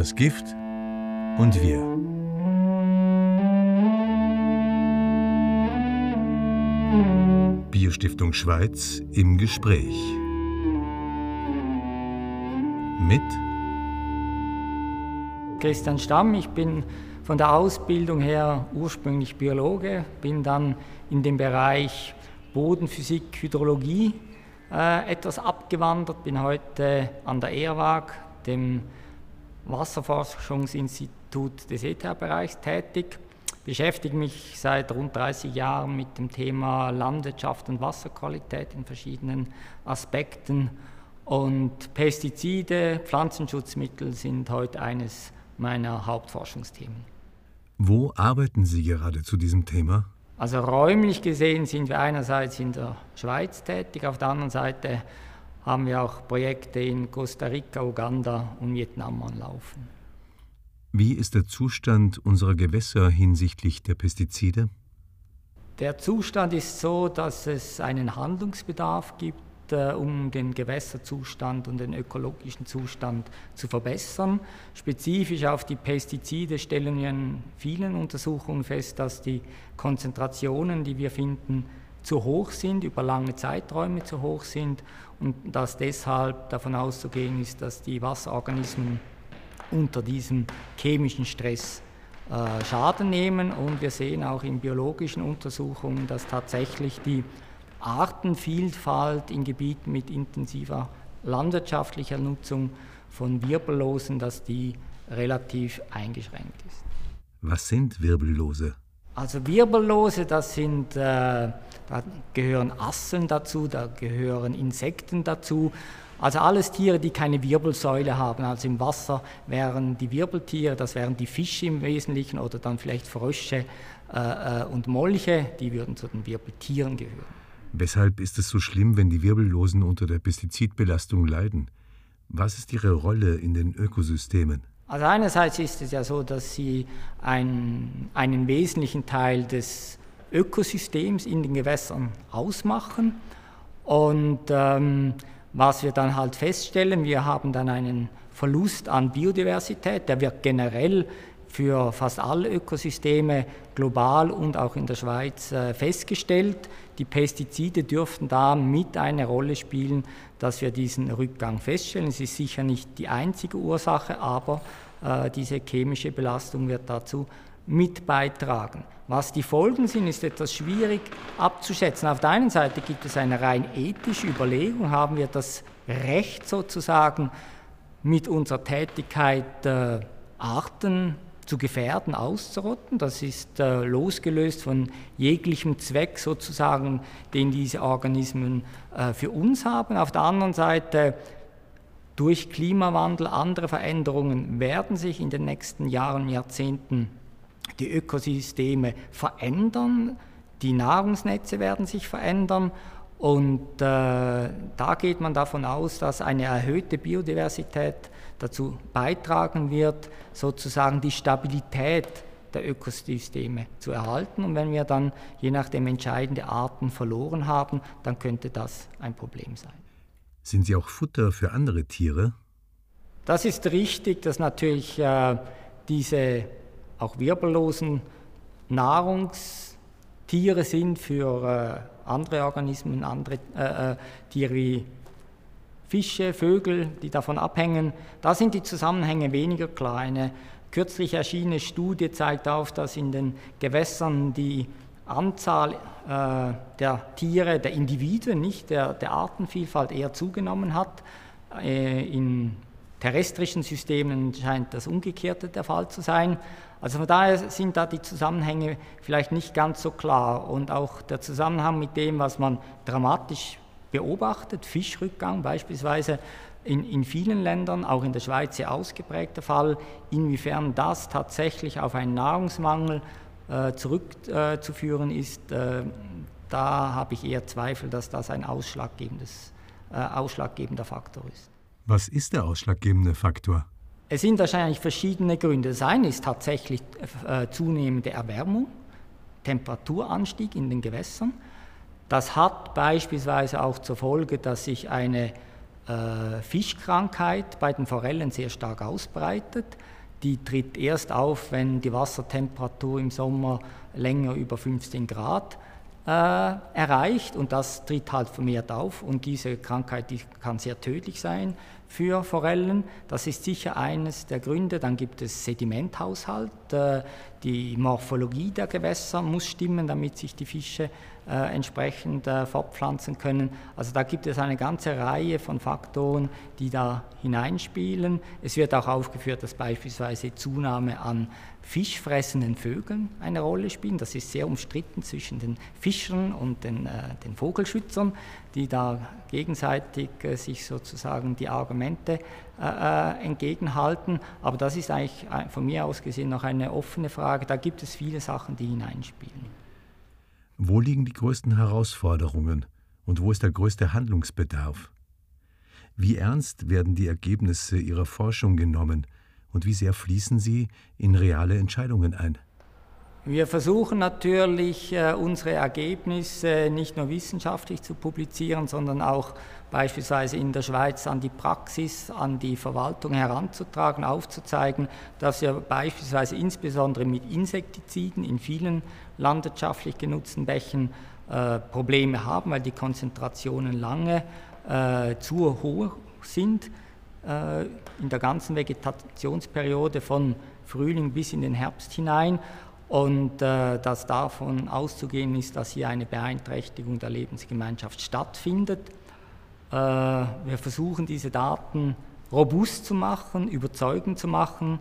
Das Gift und wir. Biostiftung Schweiz im Gespräch. Mit Christian Stamm, ich bin von der Ausbildung her ursprünglich Biologe, bin dann in den Bereich Bodenphysik, Hydrologie etwas abgewandert, bin heute an der ERWAG, dem Wasserforschungsinstitut des ETH-Bereichs, tätig, beschäftige mich seit rund 30 Jahren mit dem Thema Landwirtschaft und Wasserqualität in verschiedenen Aspekten, und Pestizide, Pflanzenschutzmittel sind heute eines meiner Hauptforschungsthemen. Wo arbeiten Sie gerade zu diesem Thema? Also räumlich gesehen sind wir einerseits in der Schweiz tätig, auf der anderen Seite haben wir auch Projekte in Costa Rica, Uganda und Vietnam anlaufen. Wie ist der Zustand unserer Gewässer hinsichtlich der Pestizide? Der Zustand ist so, dass es einen Handlungsbedarf gibt, um den Gewässerzustand und den ökologischen Zustand zu verbessern. Spezifisch auf die Pestizide stellen wir in vielen Untersuchungen fest, dass die Konzentrationen, die wir finden, zu hoch sind, über lange Zeiträume zu hoch sind, und dass deshalb davon auszugehen ist, dass die Wasserorganismen unter diesem chemischen Stress Schaden nehmen. Und wir sehen auch in biologischen Untersuchungen, dass tatsächlich die Artenvielfalt in Gebieten mit intensiver landwirtschaftlicher Nutzung von Wirbellosen, dass die relativ eingeschränkt ist. Was sind Wirbellose? Also Wirbellose, das sind, da gehören Asseln dazu, da gehören Insekten dazu. Also alles Tiere, die keine Wirbelsäule haben. Also im Wasser wären die Wirbeltiere, das wären die Fische im Wesentlichen, oder dann vielleicht Frösche und Molche, die würden zu den Wirbeltieren gehören. Weshalb ist es so schlimm, wenn die Wirbellosen unter der Pestizidbelastung leiden? Was ist ihre Rolle in den Ökosystemen? Also einerseits ist es ja so, dass sie einen wesentlichen Teil des Ökosystems in den Gewässern ausmachen. Und was wir dann halt feststellen, wir haben dann einen Verlust an Biodiversität, der wird generell für fast alle Ökosysteme global und auch in der Schweiz festgestellt. Die Pestizide dürften da mit eine Rolle spielen, dass wir diesen Rückgang feststellen. Es ist sicher nicht die einzige Ursache, aber diese chemische Belastung wird dazu mit beitragen. Was die Folgen sind, ist etwas schwierig abzuschätzen. Auf der einen Seite gibt es eine rein ethische Überlegung, haben wir das Recht sozusagen mit unserer Tätigkeit Arten zu gefährden, auszurotten. Das ist losgelöst von jeglichem Zweck sozusagen, den diese Organismen für uns haben. Auf der anderen Seite, durch Klimawandel, andere Veränderungen werden sich in den nächsten Jahren, Jahrzehnten die Ökosysteme verändern, die Nahrungsnetze werden sich verändern, und da geht man davon aus, dass eine erhöhte Biodiversität dazu beitragen wird, sozusagen die Stabilität der Ökosysteme zu erhalten. Und wenn wir dann je nachdem entscheidende Arten verloren haben, dann könnte das ein Problem sein. Sind sie auch Futter für andere Tiere? Das ist richtig, dass natürlich diese auch wirbellosen Nahrungstiere sind für andere Organismen, andere Tiere wie Fische, Vögel, die davon abhängen. Da sind die Zusammenhänge weniger klar. Eine kürzlich erschienene Studie zeigt auf, dass in den Gewässern die Anzahl der Tiere, der Individuen, nicht der Artenvielfalt, eher zugenommen hat. In terrestrischen Systemen scheint das Umgekehrte der Fall zu sein. Also von daher sind da die Zusammenhänge vielleicht nicht ganz so klar. Und auch der Zusammenhang mit dem, was man dramatisch beobachtet, Fischrückgang beispielsweise in vielen Ländern, auch in der Schweiz sehr ausgeprägter Fall, inwiefern das tatsächlich auf einen Nahrungsmangel zurückzuführen ist, da habe ich eher Zweifel, dass das ein ausschlaggebender Faktor ist. Was ist der ausschlaggebende Faktor? Es sind wahrscheinlich verschiedene Gründe. Das eine ist tatsächlich zunehmende Erwärmung, Temperaturanstieg in den Gewässern. Das hat beispielsweise auch zur Folge, dass sich eine Fischkrankheit bei den Forellen sehr stark ausbreitet. Die tritt erst auf, wenn die Wassertemperatur im Sommer länger über 15 Grad erreicht, und das tritt halt vermehrt auf, und diese Krankheit, die kann sehr tödlich sein für Forellen. Das ist sicher eines der Gründe. Dann gibt es Sedimenthaushalt. Die Morphologie der Gewässer muss stimmen, damit sich die Fische entsprechend fortpflanzen können. Also da gibt es eine ganze Reihe von Faktoren, die da hineinspielen. Es wird auch aufgeführt, dass beispielsweise Zunahme an fischfressenden Vögeln eine Rolle spielen. Das ist sehr umstritten zwischen den Fischern und den Vogelschützern, die da gegenseitig sich sozusagen die Argumente entgegenhalten. Aber das ist eigentlich von mir aus gesehen noch eine offene Frage. Da gibt es viele Sachen, die hineinspielen. Wo liegen die größten Herausforderungen und wo ist der größte Handlungsbedarf? Wie ernst werden die Ergebnisse Ihrer Forschung genommen und wie sehr fließen sie in reale Entscheidungen ein? Wir versuchen natürlich, unsere Ergebnisse nicht nur wissenschaftlich zu publizieren, sondern auch beispielsweise in der Schweiz an die Praxis, an die Verwaltung heranzutragen, aufzuzeigen, dass wir beispielsweise insbesondere mit Insektiziden in vielen landwirtschaftlich genutzten Bächen Probleme haben, weil die Konzentrationen lange zu hoch sind in der ganzen Vegetationsperiode von Frühling bis in den Herbst hinein. Und dass davon auszugehen ist, dass hier eine Beeinträchtigung der Lebensgemeinschaft stattfindet. Wir versuchen, diese Daten robust zu machen, überzeugend zu machen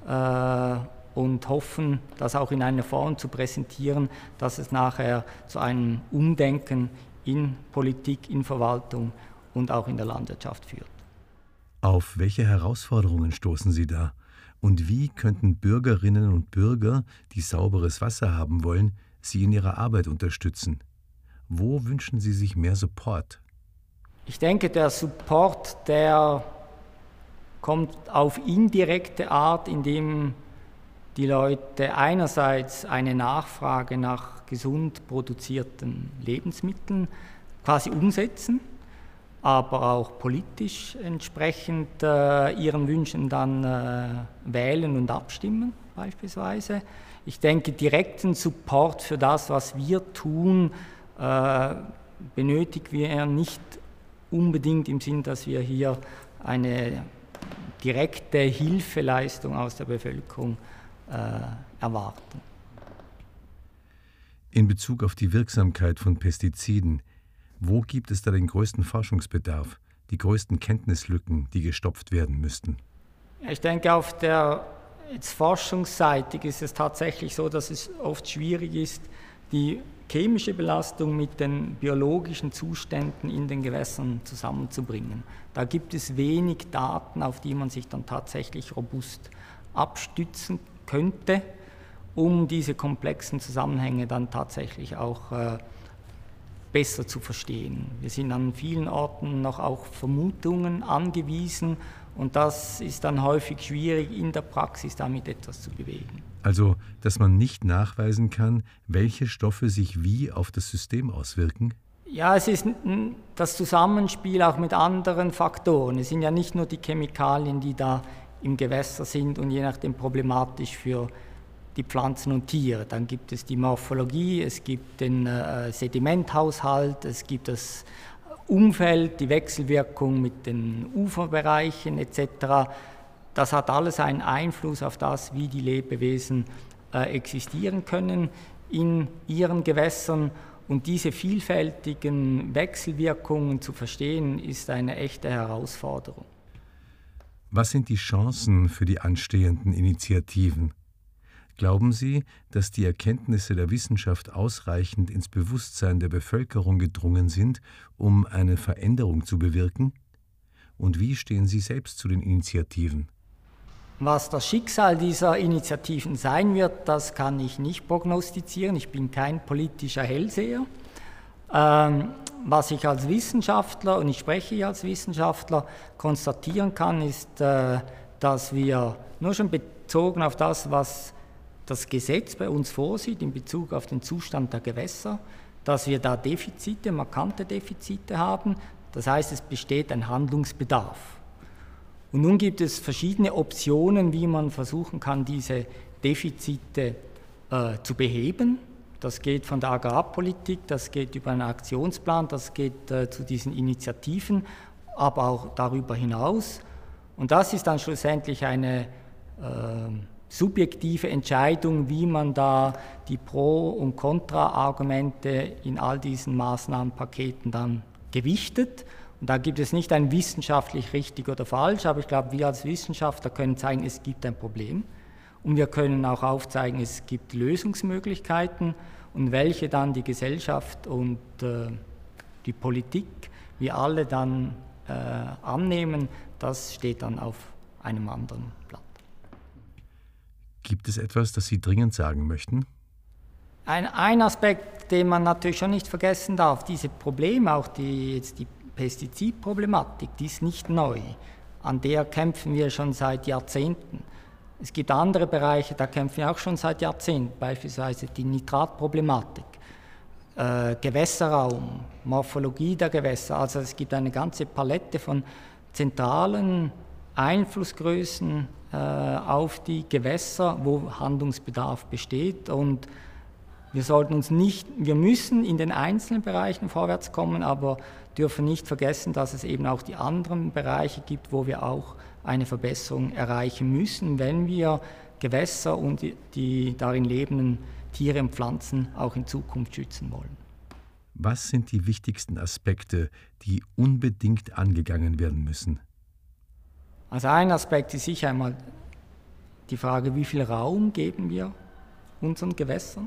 und hoffen, das auch in einer Form zu präsentieren, dass es nachher zu einem Umdenken in Politik, in Verwaltung und auch in der Landwirtschaft führt. Auf welche Herausforderungen stoßen Sie da? Und wie könnten Bürgerinnen und Bürger, die sauberes Wasser haben wollen, Sie in Ihrer Arbeit unterstützen? Wo wünschen Sie sich mehr Support? Ich denke, der Support, der kommt auf indirekte Art, indem die Leute einerseits eine Nachfrage nach gesund produzierten Lebensmitteln quasi umsetzen, aber auch politisch entsprechend ihren Wünschen dann wählen und abstimmen beispielsweise. Ich denke, direkten Support für das, was wir tun, benötigen wir nicht unbedingt im Sinn, dass wir hier eine direkte Hilfeleistung aus der Bevölkerung erwarten. In Bezug auf die Wirksamkeit von Pestiziden, wo gibt es da den größten Forschungsbedarf, die größten Kenntnislücken, die gestopft werden müssten? Ich denke, auf der Forschungsseite ist es tatsächlich so, dass es oft schwierig ist, die chemische Belastung mit den biologischen Zuständen in den Gewässern zusammenzubringen. Da gibt es wenig Daten, auf die man sich dann tatsächlich robust abstützen könnte, um diese komplexen Zusammenhänge dann tatsächlich auch besser zu verstehen. Wir sind an vielen Orten noch auf Vermutungen angewiesen und das ist dann häufig schwierig, in der Praxis damit etwas zu bewegen. Also, dass man nicht nachweisen kann, welche Stoffe sich wie auf das System auswirken? Ja, es ist das Zusammenspiel auch mit anderen Faktoren. Es sind ja nicht nur die Chemikalien, die da im Gewässer sind und je nachdem problematisch für die Pflanzen und Tiere. Dann gibt es die Morphologie, es gibt den Sedimenthaushalt, es gibt das Umfeld, die Wechselwirkung mit den Uferbereichen etc. Das hat alles einen Einfluss auf das, wie die Lebewesen existieren können in ihren Gewässern. Und diese vielfältigen Wechselwirkungen zu verstehen, ist eine echte Herausforderung. Was sind die Chancen für die anstehenden Initiativen? Glauben Sie, dass die Erkenntnisse der Wissenschaft ausreichend ins Bewusstsein der Bevölkerung gedrungen sind, um eine Veränderung zu bewirken? Und wie stehen Sie selbst zu den Initiativen? Was das Schicksal dieser Initiativen sein wird, das kann ich nicht prognostizieren. Ich bin kein politischer Hellseher. Was ich als Wissenschaftler, und ich spreche hier als Wissenschaftler, konstatieren kann, ist, dass wir nur schon bezogen auf das, was das Gesetz bei uns vorsieht in Bezug auf den Zustand der Gewässer, dass wir da Defizite, markante Defizite haben, Das heißt, es besteht ein Handlungsbedarf. Und nun gibt es verschiedene Optionen, wie man versuchen kann, diese Defizite zu beheben. Das geht von der Agrarpolitik, das geht über einen Aktionsplan, das geht zu diesen Initiativen, aber auch darüber hinaus. Und das ist dann schlussendlich eine subjektive Entscheidung, wie man da die Pro- und Kontra-Argumente in all diesen Maßnahmenpaketen dann gewichtet. Und da gibt es nicht ein wissenschaftlich richtig oder falsch, aber ich glaube, wir als Wissenschaftler können zeigen, es gibt ein Problem. Und wir können auch aufzeigen, es gibt Lösungsmöglichkeiten und welche dann die Gesellschaft und die Politik, wir alle dann annehmen, das steht dann auf einem anderen Blatt. Gibt es etwas, das Sie dringend sagen möchten? Ein Aspekt, den man natürlich schon nicht vergessen darf, diese Probleme, auch die Pestizidproblematik, die ist nicht neu. An der kämpfen wir schon seit Jahrzehnten. Es gibt andere Bereiche, da kämpfen wir auch schon seit Jahrzehnten, beispielsweise die Nitratproblematik, Gewässerraum, Morphologie der Gewässer. Also es gibt eine ganze Palette von zentralen Einflussgrößen auf die Gewässer, wo Handlungsbedarf besteht. Und wir müssen in den einzelnen Bereichen vorwärts kommen, aber dürfen nicht vergessen, dass es eben auch die anderen Bereiche gibt, wo wir auch eine Verbesserung erreichen müssen, wenn wir Gewässer und die darin lebenden Tiere und Pflanzen auch in Zukunft schützen wollen. Was sind die wichtigsten Aspekte, die unbedingt angegangen werden müssen? Also ein Aspekt ist sicher einmal die Frage, wie viel Raum geben wir unseren Gewässern?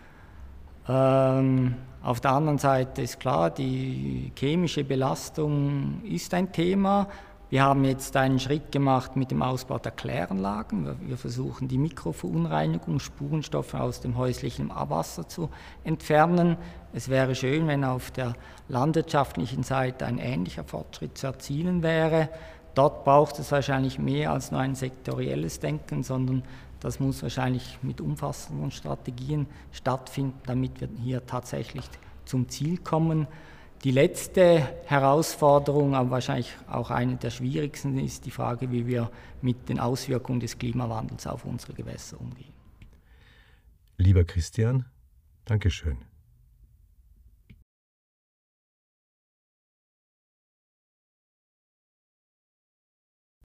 Auf der anderen Seite ist klar, die chemische Belastung ist ein Thema. Wir haben jetzt einen Schritt gemacht mit dem Ausbau der Kläranlagen. Wir versuchen, die Mikroverunreinigung, Spurenstoffe aus dem häuslichen Abwasser zu entfernen. Es wäre schön, wenn auf der landwirtschaftlichen Seite ein ähnlicher Fortschritt zu erzielen wäre. Dort braucht es wahrscheinlich mehr als nur ein sektorielles Denken, sondern das muss wahrscheinlich mit umfassenden Strategien stattfinden, damit wir hier tatsächlich zum Ziel kommen. Die letzte Herausforderung, aber wahrscheinlich auch eine der schwierigsten, ist die Frage, wie wir mit den Auswirkungen des Klimawandels auf unsere Gewässer umgehen. Lieber Christian, Dankeschön.